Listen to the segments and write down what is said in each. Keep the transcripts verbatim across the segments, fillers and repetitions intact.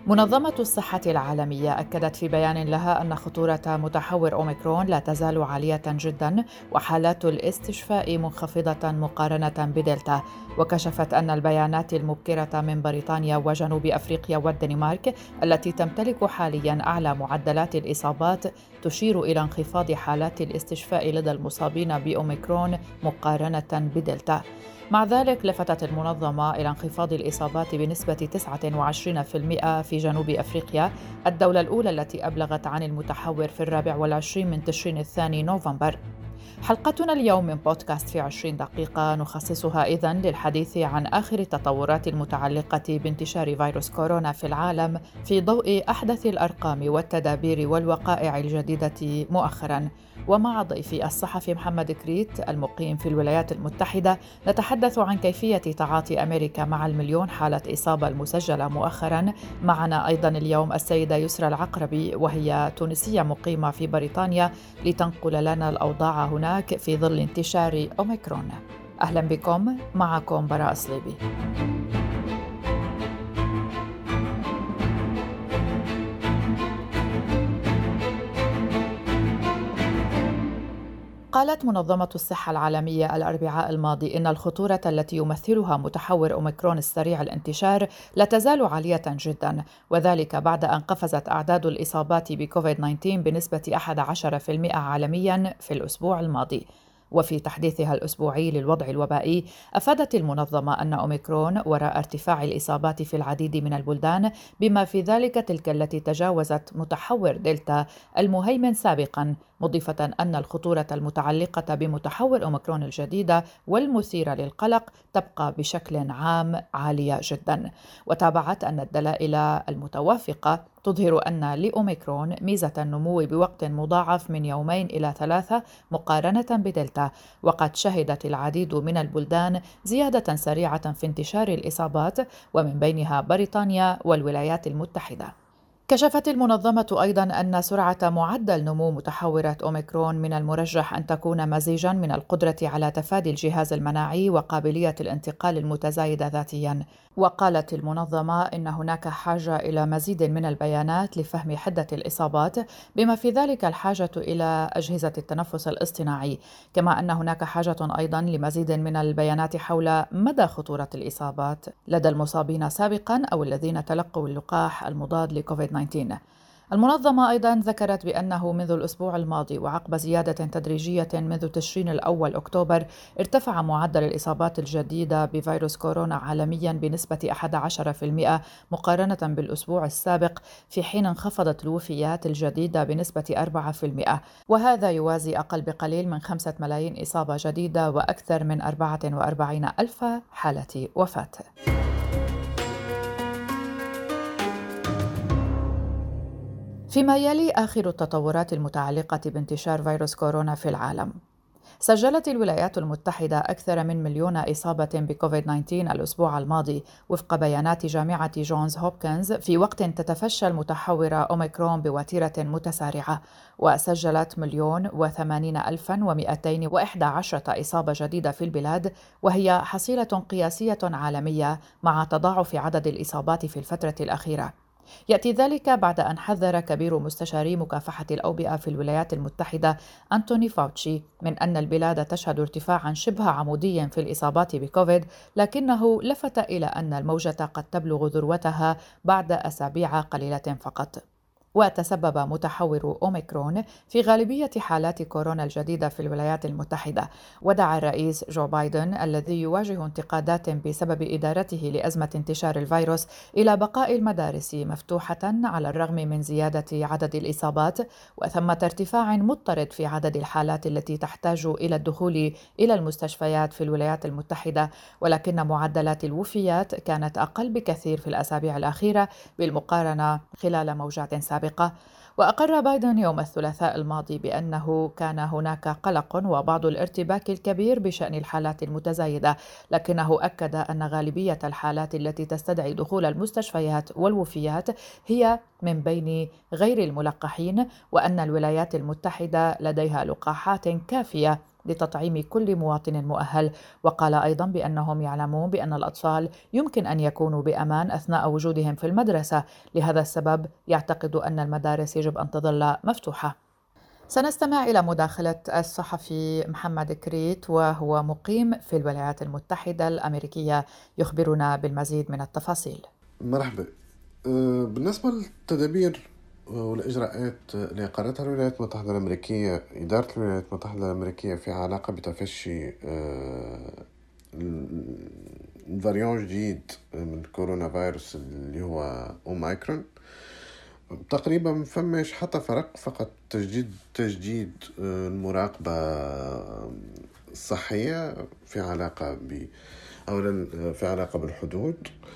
منظمة الصحة العالمية أكدت في بيان لها أن خطورة متحور أوميكرون لا تزال عالية جدا، وحالات الاستشفاء منخفضة مقارنة بدلتا. وكشفت أن البيانات المبكرة من بريطانيا وجنوب أفريقيا والدنمارك التي تمتلك حاليا أعلى معدلات الإصابات تشير إلى انخفاض حالات الاستشفاء لدى المصابين بأوميكرون مقارنة بدلتا. مع ذلك لفتت المنظمة إلى انخفاض الإصابات بنسبة تسعة وعشرين بالمئة في جنوب أفريقيا، الدولة الأولى التي أبلغت عن المتحور في الرابع والعشرين من تشرين الثاني نوفمبر. حلقتنا اليوم من بودكاست في عشرين دقيقة نخصصها إذن للحديث عن آخر التطورات المتعلقة بانتشار فيروس كورونا في العالم في ضوء أحدث الأرقام والتدابير والوقائع الجديدة مؤخراً. ومع ضيفي الصحفي محمد كريت المقيم في الولايات المتحدة نتحدث عن كيفية تعاطي أمريكا مع المليون حالة إصابة المسجلة مؤخراً. معنا أيضاً اليوم السيدة يسرى العقربي وهي تونسية مقيمة في بريطانيا لتنقل لنا الأوضاع هناك في ظل انتشار أوميكرون. أهلا بكم، معكم براء صليبي. قالت منظمة الصحة العالمية الأربعاء الماضي إن الخطورة التي يمثلها متحور أوميكرون السريع الانتشار لا تزال عالية جدا، وذلك بعد أن قفزت أعداد الإصابات بكوفيد تسعة عشر بنسبة أحد عشر بالمئة عالميا في الأسبوع الماضي. وفي تحديثها الأسبوعي للوضع الوبائي، أفادت المنظمة أن أوميكرون وراء ارتفاع الإصابات في العديد من البلدان، بما في ذلك تلك التي تجاوزت متحور دلتا المهيمن سابقاً، مضيفة أن الخطورة المتعلقة بمتحور أوميكرون الجديدة والمثيرة للقلق تبقى بشكل عام عالية جداً. وتابعت أن الدلائل المتوافقة تظهر أن لأوميكرون ميزة النمو بوقت مضاعف من يومين إلى ثلاثة مقارنة بدلتا، وقد شهدت العديد من البلدان زيادة سريعة في انتشار الإصابات، ومن بينها بريطانيا والولايات المتحدة. كشفت المنظمة أيضاً أن سرعة معدل نمو متحورة أوميكرون من المرجح أن تكون مزيجاً من القدرة على تفادي الجهاز المناعي وقابلية الانتقال المتزايدة ذاتياً. وقالت المنظمة إن هناك حاجة إلى مزيد من البيانات لفهم حدة الإصابات، بما في ذلك الحاجة إلى أجهزة التنفس الاصطناعي، كما أن هناك حاجة أيضاً لمزيد من البيانات حول مدى خطورة الإصابات لدى المصابين سابقاً أو الذين تلقوا اللقاح المضاد لكوفيد تسعة عشر. المنظمة أيضاً ذكرت بأنه منذ الأسبوع الماضي وعقب زيادة تدريجية منذ تشرين الأول أكتوبر، ارتفع معدل الإصابات الجديدة بفيروس كورونا عالمياً بنسبة أحد عشر بالمئة مقارنة بالأسبوع السابق، في حين انخفضت الوفيات الجديدة بنسبة أربعة بالمئة، وهذا يوازي أقل بقليل من خمسة ملايين إصابة جديدة وأكثر من أربعة وأربعين ألف حالة وفاة. فيما يلي آخر التطورات المتعلقة بانتشار فيروس كورونا في العالم، سجلت الولايات المتحدة أكثر من مليون إصابة بكوفيد تسعة عشر الأسبوع الماضي وفق بيانات جامعة جونز هوبكنز، في وقت تتفشى المتحور أوميكرون بوتيرة متسارعة، وسجلت مليون وثمانين ألفا ومئتين وإحدى عشرة إصابة جديدة في البلاد، وهي حصيلة قياسية عالمية مع تضاعف عدد الإصابات في الفترة الأخيرة. يأتي ذلك بعد أن حذر كبير مستشاري مكافحة الأوبئة في الولايات المتحدة أنتوني فاوتشي من أن البلاد تشهد ارتفاعاً شبه عمودياً في الإصابات بكوفيد، لكنه لفت إلى أن الموجة قد تبلغ ذروتها بعد أسابيع قليلة فقط. وتسبب متحور أوميكرون في غالبية حالات كورونا الجديدة في الولايات المتحدة. ودعا الرئيس جو بايدن الذي يواجه انتقادات بسبب إدارته لأزمة انتشار الفيروس إلى بقاء المدارس مفتوحة على الرغم من زيادة عدد الإصابات، وثمة ارتفاع مضطرد في عدد الحالات التي تحتاج إلى الدخول إلى المستشفيات في الولايات المتحدة، ولكن معدلات الوفيات كانت أقل بكثير في الأسابيع الأخيرة بالمقارنة خلال موجات سابقة. وأقر بايدن يوم الثلاثاء الماضي بأنه كان هناك قلق وبعض الارتباك الكبير بشأن الحالات المتزايدة، لكنه أكد أن غالبية الحالات التي تستدعي دخول المستشفيات والوفيات هي من بين غير الملقحين، وأن الولايات المتحدة لديها لقاحات كافية لتطعيم كل مواطن مؤهل. وقال أيضا بأنهم يعلمون بأن الأطفال يمكن أن يكونوا بأمان أثناء وجودهم في المدرسة، لهذا السبب يعتقد أن المدارس يجب أن تظل مفتوحة. سنستمع إلى مداخلة الصحفي محمد كريت وهو مقيم في الولايات المتحدة الأمريكية، يخبرنا بالمزيد من التفاصيل. مرحبا. بالنسبة للتدابير والإجراءات اللي قررتها الولايات المتحدة الأمريكية، إدارة الولايات المتحدة الأمريكية في علاقة بتفشي الفاريون جديد من كورونا فيروس اللي هو أوميكرون، تقريبا فماش حتى فرق، فقط تجديد تجديد المراقبة الصحية في علاقة ب أولا في علاقة بالحدود،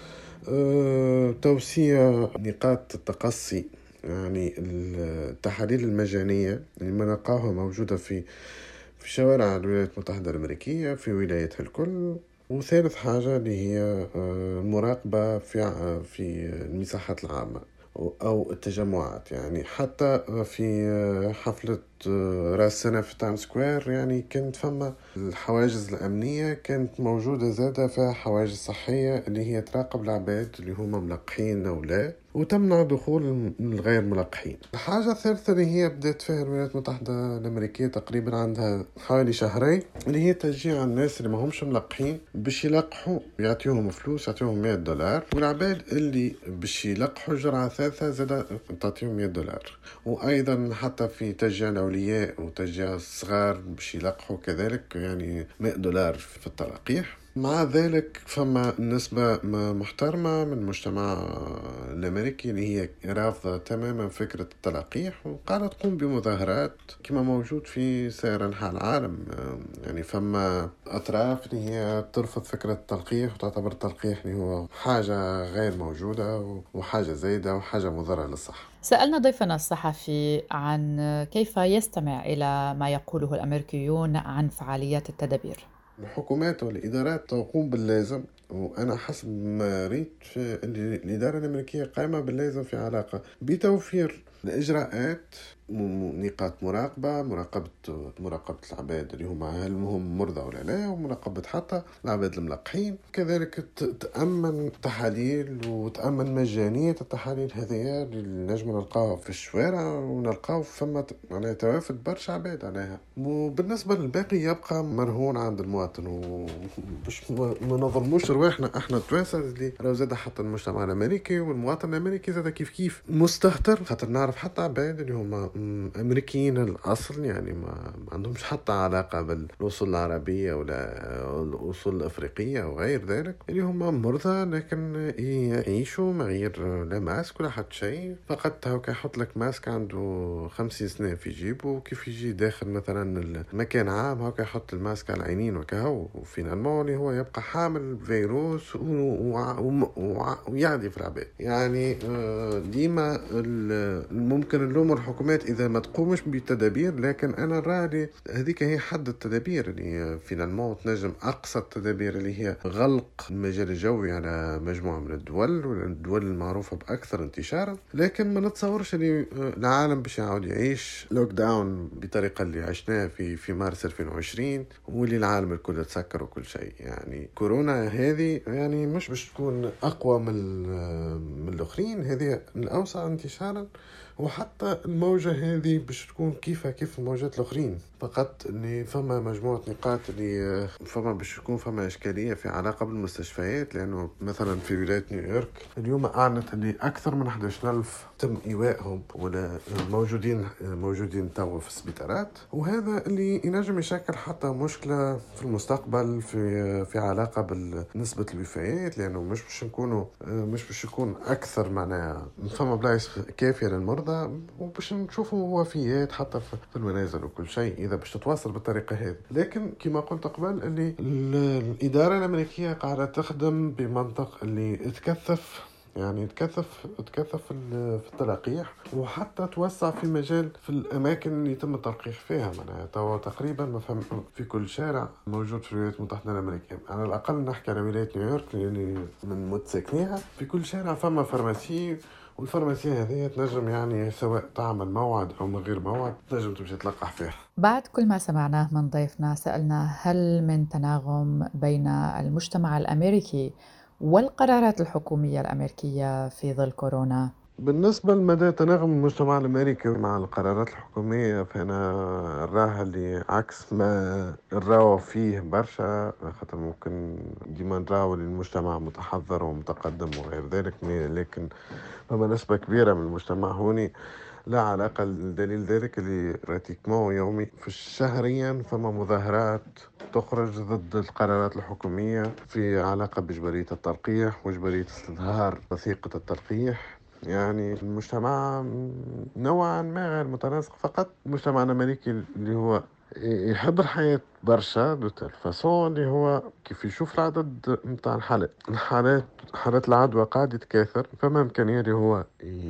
أه، توسيع نقاط التقصي، يعني التحاليل المجانية اللي ما نلقاها موجودة في في شوارع الولايات المتحدة الأمريكية في ولايتها الكل. وثالث حاجة اللي هي المراقبة في في المساحات العامة أو التجمعات، يعني حتى في حفلة رأس سنة في تايم سكوير يعني كانت فما الحواجز الأمنية كانت موجودة، زادة فيها حواجز صحية اللي هي تراقب العباد اللي هم ملقحين أو لا، وتمنع دخول الغير ملقحين. الحاجة الثالثة اللي هي بدأت فيها الولايات المتحدة الأمريكية تقريبا عندها حوالي شهرين، اللي هي تشجيع الناس اللي ما همش ملقحين باش يلقحوا، يعطيهم فلوس، يعطيهم مئة دولار، والعباد اللي باش يلقحوا جرعة ثالثة زادة تعطيهم مئة دولار. وأيضا حتى في تشجيع الأولياء وتشجيع الصغار باش يلقحوا كذلك، يعني مئة دولار في التلقيح. مع ذلك فما نسبة محترمة من المجتمع الأمريكي اللي هي رافضة تماما فكرة التلقيح، وقالت تقوم بمظاهرات كما موجود في سائر أنحاء العالم. يعني فما أطراف اللي هي ترفض فكرة التلقيح وتعتبر التلقيح اللي هو حاجة غير موجودة وحاجة زايدة وحاجة مضرة للصحة. سألنا ضيفنا الصحفي عن كيف يستمع إلى ما يقوله الأمريكيون عن فعاليات التدابير. الحكومات والإدارات تقوم باللازم، وأنا حسب ما ريت الإدارة الأمريكية قائمة باللازم في علاقة بتوفير الإجراءات، نقاط مراقبة، مراقبة مراقبة العباد اللي هم هل هم مرضى ولا لا، ومراقبة حتى العباد الملقحين. كذلك تأمن تحاليل وتأمن مجانية التحاليل هذه اللي نجم نلقاها في الشوارع ونلقاها فما يعني توافد برشا عباد عليها. وبالنسبة للباقي يبقى مرهون عند المواطن، وباش ما نظلموش رواحنا احنا التوانسة اللي لو زاد حتى المجتمع الأمريكي والمواطن الأمريكي زاد كيف كيف مستهتر، خاطر نعرف حتى عباد اللي هم أمريكيين الأصل، يعني ما عندهمش حتى علاقة بالأصول العربية ولا الأصول الأفريقية أو غير ذلك، اللي هم مرضى لكن يعيشوا من غير لا ماسك ولا حتى شيء، فقط هو يحط لك ماسك عنده خمسين سنة في جيبه، كيف يجي داخل مثلا المكان عام هو يحط الماسك على العينين وكهو، وفينالمون هو يبقى حامل فيروس ويعدي في العباد. يعني ديما ممكن اللوم الحكومات إذا ما تقومش بالتدابير، لكن أنا رأيي هذيك هي حد التدابير اللي فينالمون تنجم أقصى التدابير اللي هي غلق المجال الجوي على مجموعة من الدول والدول المعروفة بأكثر انتشارا، لكن ما نتصورش اللي العالم باش يعود يعيش لوك داون بطريقة اللي عشناها في في مارس ألفين وعشرين واللي العالم الكل تسكر وكل شيء. يعني كورونا هذه يعني مش باش تكون أقوى من من الآخرين، هذه الأوسع انتشارا، وحتى الموجة هذه باش تكون كيفها كيف الموجات الأخرين، فقط اللي فما مجموعة نقاط اللي فما باش يكون فما إشكالية في علاقة بالمستشفيات، لأنه مثلا في ولاية نيويورك اليوم أعلنت اللي أكثر من أحد عشر ألف تم إيوائهم ولا موجودين موجودين توا في السبيطارات، وهذا اللي ينجم يشكل حتى مشكلة في المستقبل في في علاقة بالنسبة الوفيات، لأنه مش باش نكونوا مش باش يكون أكثر معناها فما بلايص كافية للمرضى، وباش نشوفوا وفيات حتى في المنازل وكل شيء إذا باش تتواصل بالطريقة هذه. لكن كما قلت قبل اللي الإدارة الأمريكية قاعدة تخدم بمنطق اللي تكثف يعني تكثف تكثف في ال- في التلقيح، وحتى توسع في مجال في الأماكن اللي يتم التلقيح فيها. معناها توا تقريبا ما فهم في كل شارع موجود في الولايات المتحدة الأمريكية، على الأقل نحكي على ولاية نيويورك اللي من متساكنيها، في كل شارع فما فارماسي، والفارماسية هذه تنجم يعني سواء تعمل موعد أو من غير موعد تنجم تمشي تلقح فيها. بعد كل ما سمعناه من ضيفنا، سألنا هل من تناغم بين المجتمع الأمريكي والقرارات الحكومية الأمريكية في ظل كورونا؟ بالنسبة لمدى تناغم المجتمع الأمريكي مع القرارات الحكومية، فأنا نراها اللي عكس ما نراو فيه برشا، خاطر ممكن ديما نراو المجتمع متحضر ومتقدم وغير ذلك، لكن فما نسبة كبيرة من المجتمع هوني لا علاقة. الدليل ذلك اللي راتيكمون يومي في شهريا فما مظاهرات تخرج ضد القرارات الحكومية في علاقة بإجبارية التلقيح وإجبارية استظهار وثيقة التلقيح. يعني المجتمع نوعا ما غير متناسق، فقط المجتمع الأمريكي اللي هو يحب الحياة برشا دو تال فاسون، اللي هو كيف يشوف العدد متاع الحالات الحالات حالات العدوى قاعد يتكاثر، فما إمكانية اللي هو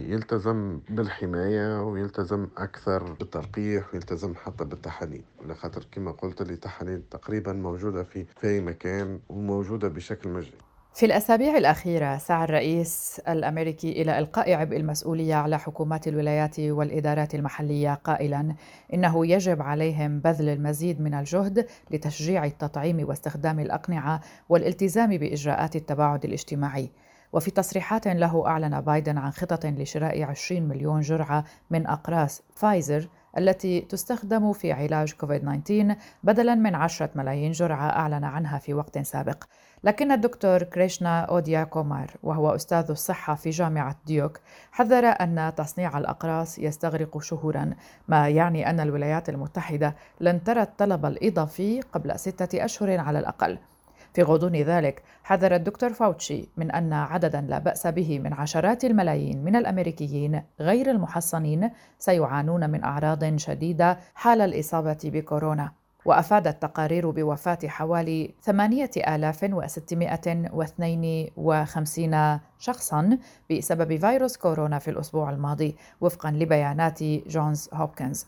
يلتزم بالحماية ويلتزم أكثر بالتلقيح ويلتزم حتى بالتحاليل، لخاطر كما قلت لي التحاليل تقريبا موجودة في في أي مكان وموجودة بشكل مجاني. في الأسابيع الأخيرة سعى الرئيس الأمريكي إلى إلقاء عبء المسؤولية على حكومات الولايات والإدارات المحلية، قائلاً إنه يجب عليهم بذل المزيد من الجهد لتشجيع التطعيم واستخدام الأقنعة والالتزام بإجراءات التباعد الاجتماعي. وفي تصريحات له أعلن بايدن عن خطط لشراء عشرين مليون جرعة من أقراص فايزر التي تستخدم في علاج كوفيد تسعة عشر بدلاً من عشرة ملايين جرعة أعلن عنها في وقت سابق. لكن الدكتور كريشنا أوديا كومار، وهو أستاذ الصحة في جامعة ديوك، حذر أن تصنيع الأقراص يستغرق شهوراً، ما يعني أن الولايات المتحدة لن ترى الطلب الإضافي قبل ستة أشهر على الأقل. في غضون ذلك، حذر الدكتور فاوتشي من أن عدداً لا بأس به من عشرات الملايين من الأمريكيين غير المحصنين سيعانون من أعراض شديدة حال الإصابة بكورونا. وأفادت تقارير بوفاة حوالي ثمانية آلاف وستمائة واثنين وخمسين شخصاً بسبب فيروس كورونا في الأسبوع الماضي، وفقاً لبيانات جونز هوبكنز.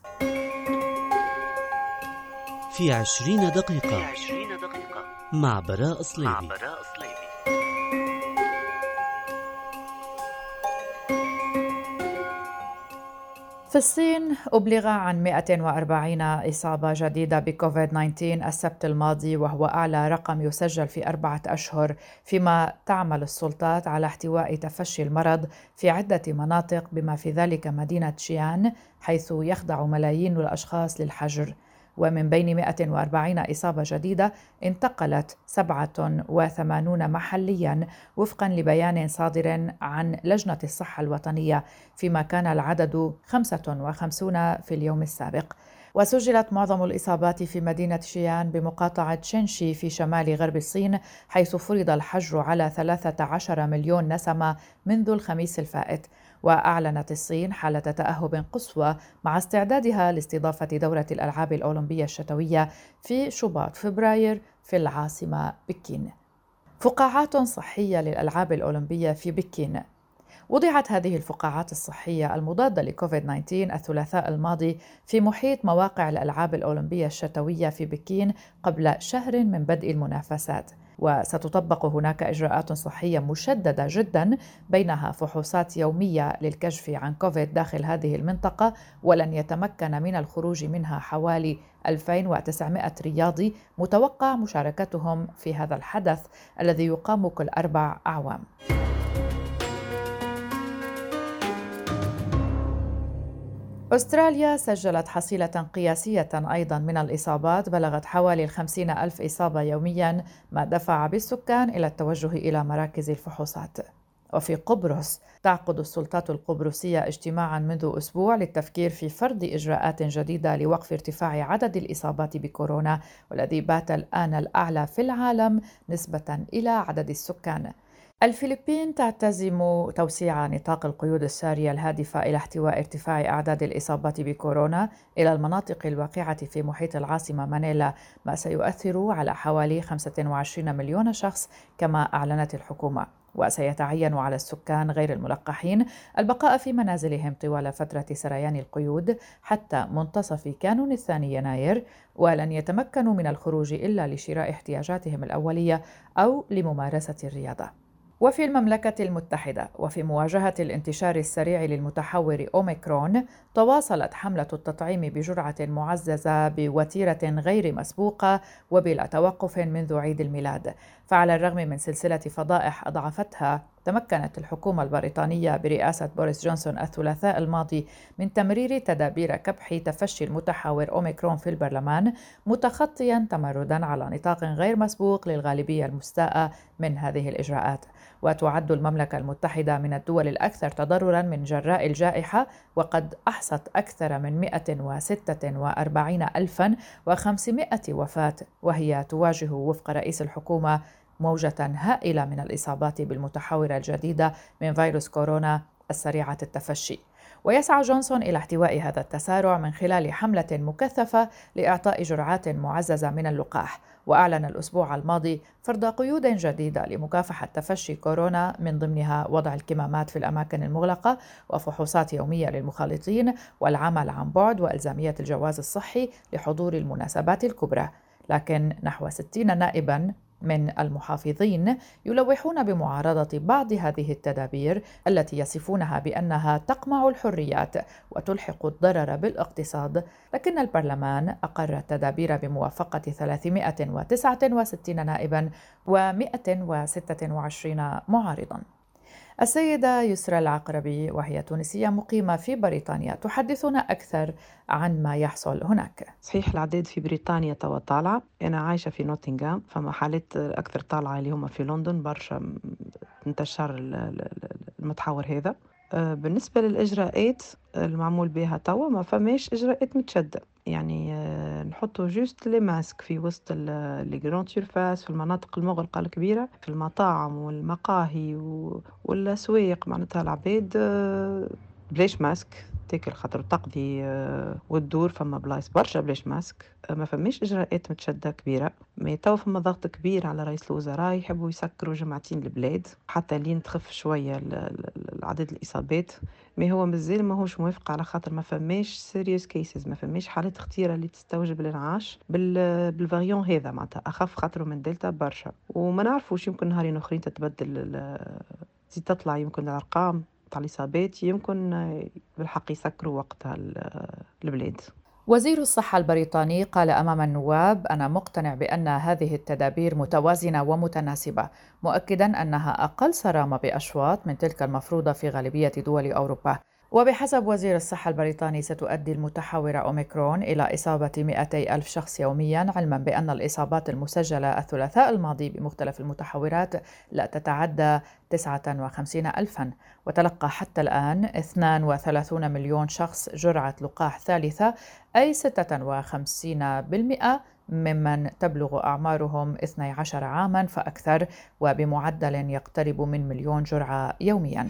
في عشرين دقيقة مع براء صليبي. في الصين أبلغ عن مئة وأربعين إصابة جديدة بكوفيد تسعة عشر السبت الماضي، وهو أعلى رقم يسجل في أربعة أشهر، فيما تعمل السلطات على احتواء تفشي المرض في عدة مناطق بما في ذلك مدينة شيان، حيث يخضع ملايين الأشخاص للحجر. ومن بين مئة وأربعين إصابة جديدة انتقلت سبعة وثمانين محلياً وفقاً لبيان صادر عن لجنة الصحة الوطنية، فيما كان العدد خمسة وخمسين في اليوم السابق. وسجلت معظم الإصابات في مدينة شيان بمقاطعة شينشي في شمال غرب الصين، حيث فرض الحجر على ثلاثة عشر مليون نسمة منذ الخميس الفائت. وأعلنت الصين حالة تأهب قصوى مع استعدادها لاستضافة دورة الألعاب الأولمبية الشتوية في شباط فبراير في العاصمة بكين. فقاعات صحية للألعاب الأولمبية في بكين. وضعت هذه الفقاعات الصحية المضادة لكوفيد تسعة عشر الثلاثاء الماضي في محيط مواقع الألعاب الأولمبية الشتوية في بكين قبل شهر من بدء المنافسات، وستطبق هناك إجراءات صحية مشددة جدا، بينها فحوصات يومية للكشف عن كوفيد داخل هذه المنطقة، ولن يتمكن من الخروج منها حوالي ألفين وتسعمائة رياضي متوقع مشاركتهم في هذا الحدث الذي يقام كل أربع أعوام. أستراليا سجلت حصيلة قياسية أيضا من الإصابات بلغت حوالي الخمسين ألف إصابة يوميا، ما دفع بالسكان إلى التوجه إلى مراكز الفحوصات. وفي قبرص تعقد السلطات القبرصية اجتماعا منذ أسبوع للتفكير في فرض إجراءات جديدة لوقف ارتفاع عدد الإصابات بكورونا، والذي بات الآن الأعلى في العالم نسبة إلى عدد السكان. الفلبين تعتزم توسيع نطاق القيود السارية الهادفة إلى احتواء ارتفاع أعداد الإصابات بكورونا إلى المناطق الواقعة في محيط العاصمة مانيلا، ما سيؤثر على حوالي خمسة وعشرين مليون شخص كما أعلنت الحكومة. وسيتعين على السكان غير الملقحين البقاء في منازلهم طوال فترة سريان القيود حتى منتصف كانون الثاني يناير، ولن يتمكنوا من الخروج إلا لشراء احتياجاتهم الأولية أو لممارسة الرياضة. وفي المملكة المتحدة، وفي مواجهة الانتشار السريع للمتحور أوميكرون، تواصلت حملة التطعيم بجرعة معززة بوتيرة غير مسبوقة وبلا توقف منذ عيد الميلاد. فعلى الرغم من سلسلة فضائح أضعفتها، تمكنت الحكومة البريطانية برئاسة بوريس جونسون الثلاثاء الماضي من تمرير تدابير كبح تفشي المتحور أوميكرون في البرلمان، متخطيا تمرداً على نطاق غير مسبوق للغالبية المستاءة من هذه الإجراءات. وتعد المملكة المتحدة من الدول الأكثر تضرراً من جراء الجائحة، وقد أحصت أكثر من مئة وستة وأربعين ألفاً وخمسمائة وفاة، وهي تواجه وفق رئيس الحكومة موجة هائلة من الإصابات بالمتحورة الجديدة من فيروس كورونا السريعة التفشي. ويسعى جونسون إلى احتواء هذا التسارع من خلال حملة مكثفة لإعطاء جرعات معززة من اللقاح، وأعلن الأسبوع الماضي فرض قيود جديدة لمكافحة تفشي كورونا، من ضمنها وضع الكمامات في الأماكن المغلقة وفحوصات يومية للمخالطين والعمل عن بعد وإلزامية الجواز الصحي لحضور المناسبات الكبرى. لكن نحو ستين نائباً من المحافظين يلوحون بمعارضة بعض هذه التدابير التي يصفونها بأنها تقمع الحريات وتلحق الضرر بالاقتصاد، لكن البرلمان أقر التدابير بموافقة ثلاثمائة وتسعة وستين نائباً ومئة وستة وعشرين معارضاً. السيدة يسرى العقربي، وهي تونسية مقيمة في بريطانيا، تحدثنا أكثر عن ما يحصل هناك. صحيح العداد في بريطانيا توا طالعة، أنا عايشة في نوتنغهام، فما حالات أكثر طالعة اللي هم في لندن، برشا انتشار المتحور هذا. بالنسبة للإجراءات المعمول بها توا ما فماش إجراءات متشدة، يعني نحطوا جوست لي ماسك في وسط لي جراند سيرفاس في المناطق المغلقة الكبيرة، في المطاعم والمقاهي والأسواق، معناتها العباد بلاش ماسك تاكل خاطر تقضي والدور، فما بلايص برشا بلاش ماسك، ما فماش إجراءات متشدة كبيرة. ما تو فما ضغط كبير على رئيس الوزراء، يحبوا يسكروا جمعتين البلاد حتى لين تخف شوية عدد الإصابات، ما هو مازال ما هوش موافق على خاطر ما فماش سيريوس كيسز، ما فماش حالات خطيرة اللي تستوجب الانعاش بالفاريون هذا، معناتها أخف خطره من دلتا برشا. وما نعرفوش يمكن نهارين أخرين تتبدل زي تطلع يمكن الأرقام تاع الإصابات، يمكن بالحق يسكروا وقتها البلاد. وزير الصحة البريطاني قال أمام النواب: أنا مقتنع بأن هذه التدابير متوازنة ومتناسبة، مؤكدا أنها أقل صرامة بأشواط من تلك المفروضة في غالبية دول أوروبا. وبحسب وزير الصحة البريطاني ستؤدي المتحورة أوميكرون إلى إصابة مئتي ألف شخص يوميا، علما بأن الإصابات المسجلة الثلاثاء الماضي بمختلف المتحورات لا تتعدى تسعة وخمسين ألفا. وتلقى حتى الآن اثنين وثلاثين مليون شخص جرعة لقاح ثالثة، أي ستة وخمسين بالمئة ممن تبلغ أعمارهم اثني عشر عاما فأكثر، وبمعدل يقترب من مليون جرعة يوميا.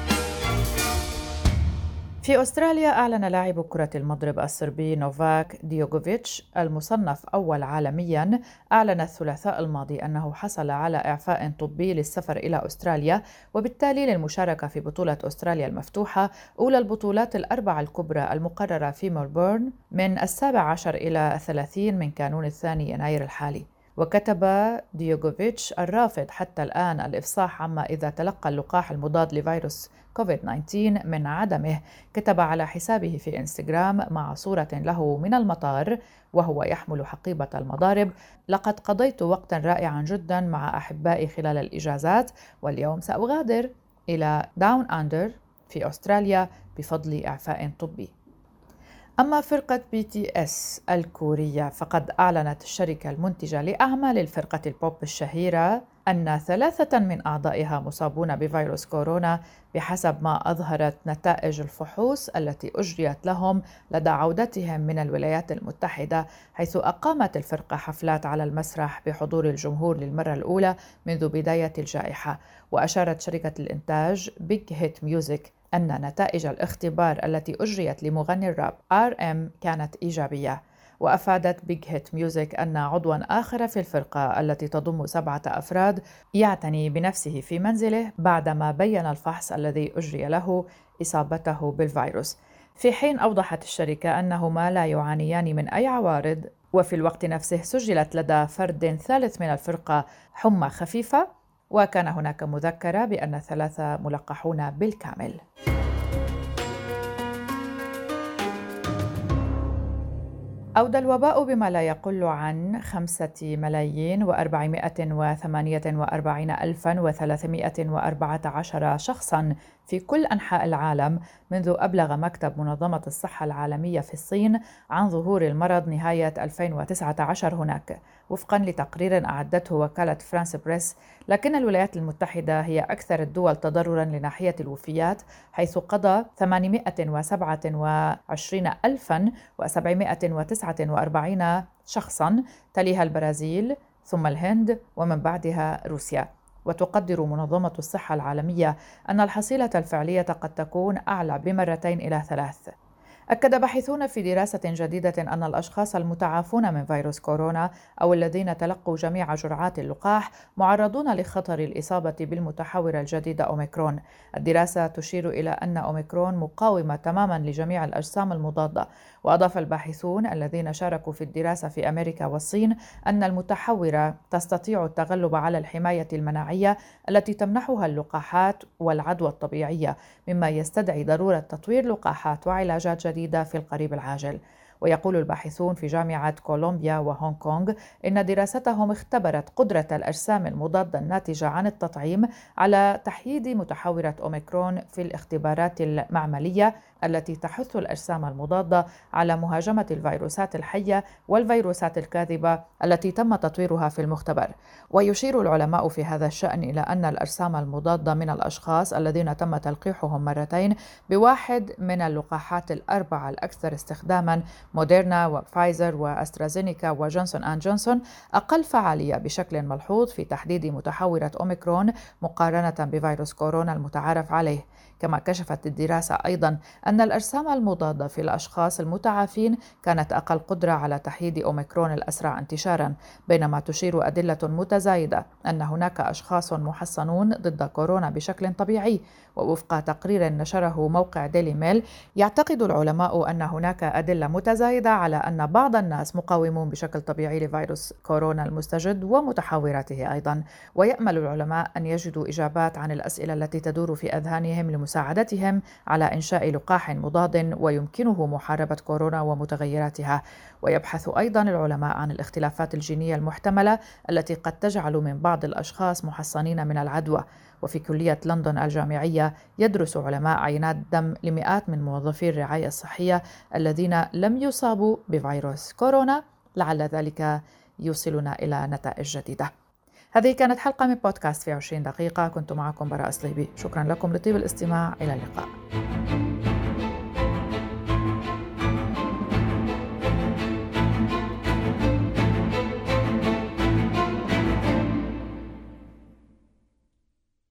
في أستراليا، أعلن لاعب كرة المضرب الصربي نوفاك ديوغوفيتش المصنف أول عالمياً، أعلن الثلاثاء الماضي أنه حصل على إعفاء طبي للسفر إلى أستراليا، وبالتالي للمشاركة في بطولة أستراليا المفتوحة، أولى البطولات الأربعة الكبرى المقررة في ملبورن من السابع عشر إلى الثلاثين من كانون الثاني يناير الحالي. وكتب ديوغوفيتش الرافض حتى الآن الإفصاح عما إذا تلقى اللقاح المضاد لفيروس كوفيد تسعة عشر من عدمه، كتب على حسابه في إنستغرام مع صورة له من المطار وهو يحمل حقيبة المضارب: لقد قضيت وقتا رائعا جدا مع أحبائي خلال الإجازات، واليوم سأغادر إلى داون أندر في أستراليا بفضل إعفاء طبي. أما فرقة بي تي إس الكورية، فقد أعلنت الشركة المنتجة لأعمال الفرقة البوب الشهيرة أن ثلاثة من أعضائها مصابون بفيروس كورونا، بحسب ما أظهرت نتائج الفحوص التي أجريت لهم لدى عودتهم من الولايات المتحدة، حيث أقامت الفرقة حفلات على المسرح بحضور الجمهور للمرة الأولى منذ بداية الجائحة. وأشارت شركة الإنتاج بيج هيت ميوزك أن نتائج الاختبار التي أجريت لمغني الراب آر إم كانت إيجابية. وأفادت بيج هيت ميوزك أن عضوا آخر في الفرقة التي تضم سبعة أفراد يعتني بنفسه في منزله بعدما بين الفحص الذي أجري له إصابته بالفيروس، في حين أوضحت الشركة أنهما لا يعانيان من أي عوارض. وفي الوقت نفسه سجلت لدى فرد ثالث من الفرقة حمى خفيفة، وكان هناك مذكرة بأن الثلاثة ملقحون بالكامل. أودى الوباء بما لا يقل عن خمسة ملايين وأربعمائة وثمانية وأربعين ألفاً وثلاثمائة وأربعة عشر شخصاً في كل أنحاء العالم منذ أبلغ مكتب منظمة الصحة العالمية في الصين عن ظهور المرض نهاية ألفين وتسعة عشر هناك، وفقاً لتقرير أعدته وكالة فرانس بريس. لكن الولايات المتحدة هي أكثر الدول تضرراً لناحية الوفيات، حيث قضى ثمانمائة وسبعة وعشرين ألفاً وسبعمائة وتسعة وأربعين شخصاً، تليها البرازيل ثم الهند ومن بعدها روسيا. وتقدر منظمة الصحة العالمية أن الحصيلة الفعلية قد تكون أعلى بمرتين إلى ثلاث. أكد باحثون في دراسة جديدة أن الأشخاص المتعافون من فيروس كورونا أو الذين تلقوا جميع جرعات اللقاح معرضون لخطر الإصابة بالمتحور الجديد أوميكرون. الدراسة تشير إلى أن أوميكرون مقاومة تماما لجميع الأجسام المضادة. وأضاف الباحثون الذين شاركوا في الدراسة في أمريكا والصين أن المتحورة تستطيع التغلب على الحماية المناعية التي تمنحها اللقاحات والعدوى الطبيعية، مما يستدعي ضرورة تطوير لقاحات وعلاجات جديدة في القريب العاجل. ويقول الباحثون في جامعة كولومبيا وهونغ كونغ إن دراستهم اختبرت قدرة الأجسام المضادة الناتجة عن التطعيم على تحييد متحورة أوميكرون في الاختبارات المعملية التي تحث الأجسام المضادة على مهاجمة الفيروسات الحية والفيروسات الكاذبة التي تم تطويرها في المختبر. ويشير العلماء في هذا الشأن إلى أن الأجسام المضادة من الأشخاص الذين تم تلقيحهم مرتين بواحد من اللقاحات الأربعة الأكثر استخداماً، موديرنا وفايزر وأسترازينيكا وجونسون أند جونسون، أقل فعالية بشكل ملحوظ في تحديد متحورة أوميكرون مقارنة بفيروس كورونا المتعارف عليه. كما كشفت الدراسة أيضاً أن الأجسام المضادة في الأشخاص المتعافين كانت أقل قدرة على تحييد أوميكرون الأسرع انتشاراً، بينما تشير أدلة متزايدة أن هناك أشخاص محصنون ضد كورونا بشكل طبيعي. ووفق تقرير نشره موقع ديلي ميل، يعتقد العلماء أن هناك أدلة متزايدة على أن بعض الناس مقاومون بشكل طبيعي لفيروس كورونا المستجد ومتحوراته أيضاً. ويأمل العلماء أن يجدوا إجابات عن الأسئلة التي تدور في أذهانهم لمساعدتهم على إنشاء لقاح مضاد ويمكنه محاربة كورونا ومتغيراتها. ويبحث أيضاً العلماء عن الاختلافات الجينية المحتملة التي قد تجعل من بعض الأشخاص محصنين من العدوى. وفي كلية لندن الجامعية يدرس علماء عينات دم لمئات من موظفي الرعاية الصحية الذين لم يصابوا بفيروس كورونا، لعل ذلك يوصلنا إلى نتائج جديدة. هذه كانت حلقة من بودكاست في عشرين دقيقة، كنت معكم براء صليبي. شكرا لكم لطيب الاستماع، إلى اللقاء.